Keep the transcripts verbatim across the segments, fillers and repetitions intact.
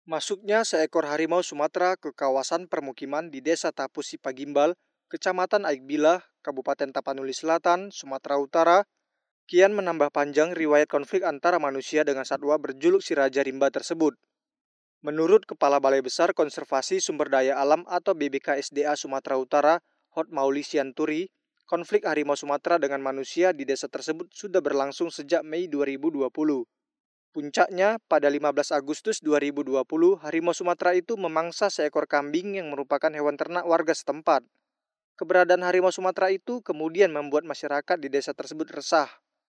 Masuknya seekor harimau Sumatera ke kawasan permukiman di Desa Tapusi Pagimbal, Kecamatan Aikbilah, Kabupaten Tapanuli Selatan, Sumatera Utara, kian menambah panjang riwayat konflik antara manusia dengan satwa berjuluk si Raja Rimba tersebut. Menurut Kepala Balai Besar Konservasi Sumber Daya Alam atau B B K S D A Sumatera Utara, Hotmauli Sianturi, konflik harimau Sumatera dengan manusia di desa tersebut sudah berlangsung sejak Mei dua ribu dua puluh. Puncaknya, pada lima belas Agustus dua ribu dua puluh, harimau Sumatera itu memangsa seekor kambing yang merupakan hewan ternak warga setempat. Keberadaan harimau Sumatera itu kemudian membuat masyarakat di desa tersebut resah.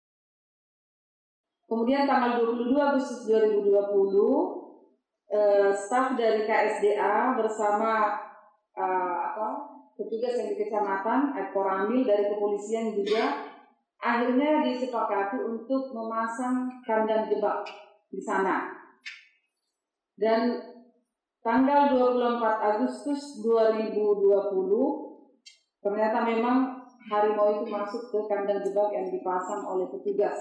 Kemudian tanggal dua puluh dua Agustus dua ribu dua puluh, eh, staf dari K S D A bersama eh, apa, petugas yang di kecamatan, Koramil dari kepolisian juga akhirnya disepakati untuk memasang kandang jebak di sana. Dan tanggal dua puluh empat Agustus dua ribu dua puluh ternyata memang harimau itu masuk ke kandang jebak yang dipasang oleh petugas.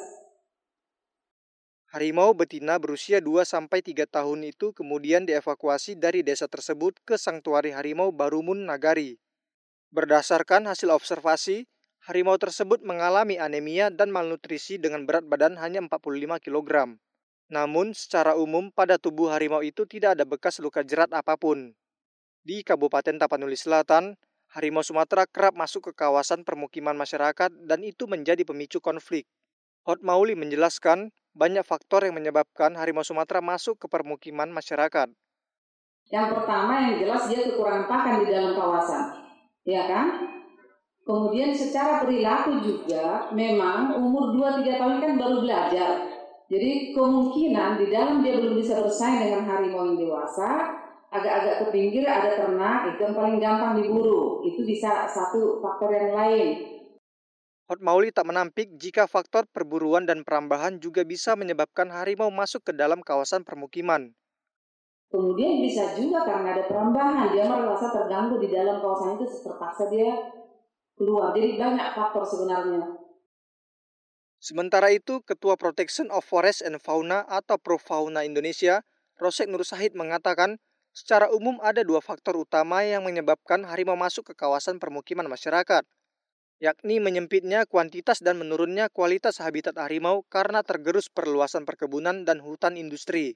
Harimau betina berusia dua sampai tiga tahun itu kemudian dievakuasi dari desa tersebut ke Sanktuari Harimau Barumun Nagari. Berdasarkan hasil observasi, harimau tersebut mengalami anemia dan malnutrisi dengan berat badan hanya empat puluh lima kilogram. Namun, secara umum pada tubuh harimau itu tidak ada bekas luka jerat apapun. Di Kabupaten Tapanuli Selatan, harimau Sumatera kerap masuk ke kawasan permukiman masyarakat dan itu menjadi pemicu konflik. Hotmauli menjelaskan, banyak faktor yang menyebabkan harimau Sumatera masuk ke permukiman masyarakat. Yang pertama yang jelas dia kekurangan pakan di dalam kawasan, ya kan? Kemudian secara perilaku juga memang umur dua tiga tahun kan baru belajar. Jadi kemungkinan di dalam dia belum bisa bersaing dengan harimau yang dewasa, agak-agak ke pinggir ada ternak, itu yang paling gampang diburu. Itu bisa satu faktor yang lain. Hotmauli tak menampik jika faktor perburuan dan perambahan juga bisa menyebabkan harimau masuk ke dalam kawasan permukiman. Kemudian bisa juga karena ada perambahan, dia merasa terganggu di dalam kawasan itu, terpaksa dia keluar. Jadi banyak faktor sebenarnya. Sementara itu, Ketua Protection of Forest and Fauna atau Profauna Indonesia, Rosek Nur Sahid mengatakan, secara umum ada dua faktor utama yang menyebabkan harimau masuk ke kawasan permukiman masyarakat, yakni menyempitnya kuantitas dan menurunnya kualitas habitat harimau karena tergerus perluasan perkebunan dan hutan industri.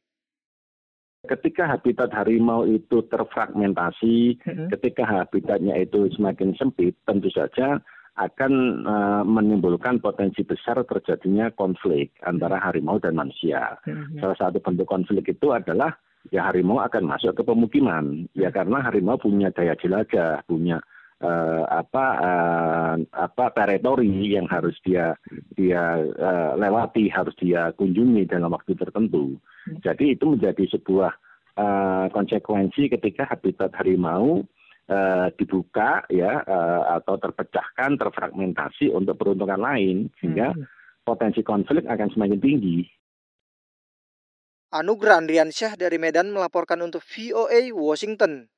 Ketika habitat harimau itu terfragmentasi, mm-hmm. ketika habitatnya itu semakin sempit, tentu saja akan uh, menimbulkan potensi besar terjadinya konflik antara harimau dan manusia. Mm-hmm. Salah satu bentuk konflik itu adalah ya harimau akan masuk ke pemukiman, mm-hmm. ya karena harimau punya daya jelajah, punya uh, apa uh, apa teritori yang harus dia dia uh, lewati, harus dia kunjungi dalam waktu tertentu. Jadi itu menjadi sebuah uh, konsekuensi ketika habitat harimau uh, dibuka ya uh, atau terpecahkan, terfragmentasi untuk peruntukan lain, sehingga hmm. potensi konflik akan semakin tinggi. Anugrah Andriansyah dari Medan melaporkan untuk V O A Washington.